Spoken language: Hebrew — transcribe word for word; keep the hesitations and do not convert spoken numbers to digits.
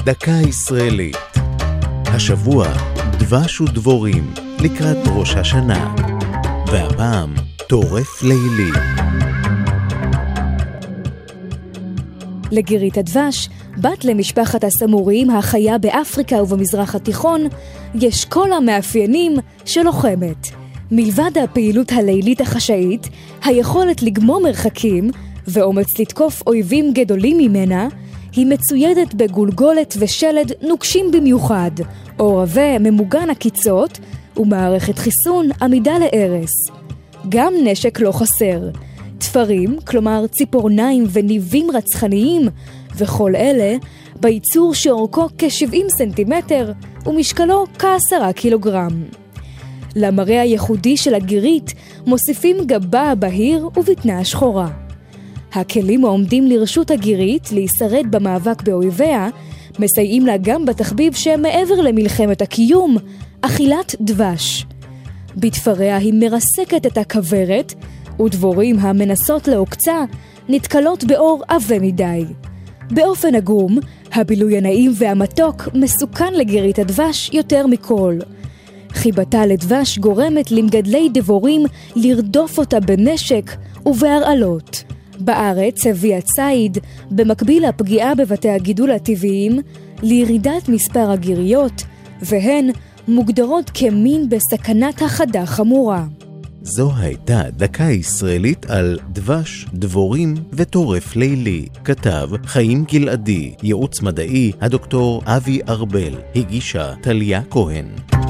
דקה ישראלית. השבוע דבש ודבורים לקראת ראש השנה. והפעם טורף לילי. לגירית הדבש, בת למשפחת הסמוריים החיה באפריקה ובמזרח התיכון, יש כל המאפיינים של לוחמת. מלבד הפעילות הלילית החשאית, היכולת לגמור מרחקים ואומץ לתקוף אויבים גדולים ממנה, היא מצוידת בגולגולת ושלד נוקשים במיוחד, עורבה ממוגן הקיצות ומערכת חיסון עמידה לארס. גם נשק לא חסר. תפרים, כלומר ציפורניים וניבים רצחניים, וכל אלה בייצור שאורכו כ-שבעים סנטימטר ומשקלו כעשרה קילוגרם. למראה הייחודי של הגירית מוסיפים גבה בהיר ובטנה שחורה. הכלים העומדים לרשות הגירית להישרד במאבק באויביה מסייעים לה גם בתחביב שמעבר למלחמת הקיום, אכילת דבש. בתפריה היא מרסקת את הכוורת, ודבורים המנסות לעוקצה נתקלות באור עבה מדי. באופן עגום, הבילוי הנעים והמתוק מסוכן לגירית הדבש יותר מכל. חיבתה לדבש גורמת למגדלי דבורים לרדוף אותה בנשק ובהרעלות. בארץ הביא הציד, במקביל לפגיעה בבתי הגידול הטבעיים, לירידת מספר הגיריות, והן מוגדרות כמין בסכנת החדה חמורה. זו הייתה דקה ישראלית על דבש, דבורים וטורף לילי. כתב חיים גלעדי, ייעוץ מדעי הדוקטור אבי ארבל, הגישה טליה כהן.